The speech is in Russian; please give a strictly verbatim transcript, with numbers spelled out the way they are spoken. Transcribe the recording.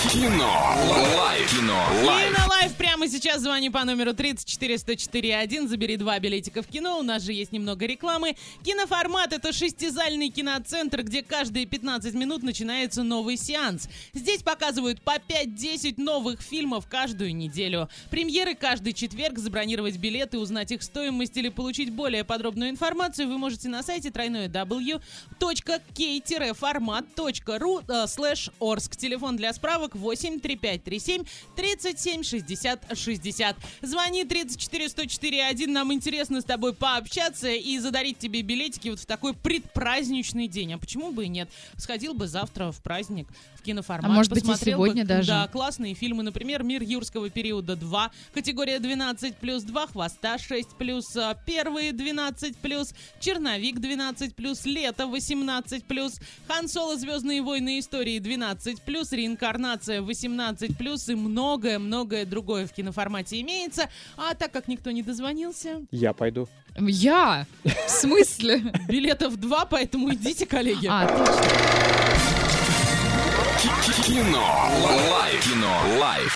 Кино. Лайф. Кино. Лайф. Кино Лайф прямо сейчас звони по номеру тридцать четыре сто четыре один. Забери два билетика в кино. У нас же есть немного рекламы. Киноформат — это шестизальный киноцентр, где каждые пятнадцать минут начинается новый сеанс. Здесь показывают по пять-десять новых фильмов каждую неделю. Премьеры каждый четверг. Забронировать билеты, узнать их стоимость или получить более подробную информацию вы можете на сайте дабл-ю дабл-ю дабл-ю точка кей формат точка ру слэш орск. Телефон для справок восемь три пять три семь тридцать семь шестьдесят шестьдесят. Звони тридцать четыре сто четыре один. Нам интересно с тобой пообщаться и задарить тебе билетики вот в такой предпраздничный день. А почему бы и нет? Сходил бы завтра в праздник в киноформат. А может быть и посмотрел сегодня бы, даже. Да, классные фильмы. Например, «Мир юрского периода два», категория двенадцать плюс, «Два хвоста» шесть плюс, «Первые» двенадцать плюс, «Черновик» двенадцать плюс, «Лето» восемнадцать плюс, «Хан Соло. Звездные войны. Истории» двенадцать плюс, «Реинкарнация» восемнадцать плюс и многое-многое другое в киноформате имеется. А так как никто не дозвонился, Я пойду. Я? В смысле? билетов два, поэтому идите, коллеги. А, точно. Кино. Лайф. Кино. Лайф.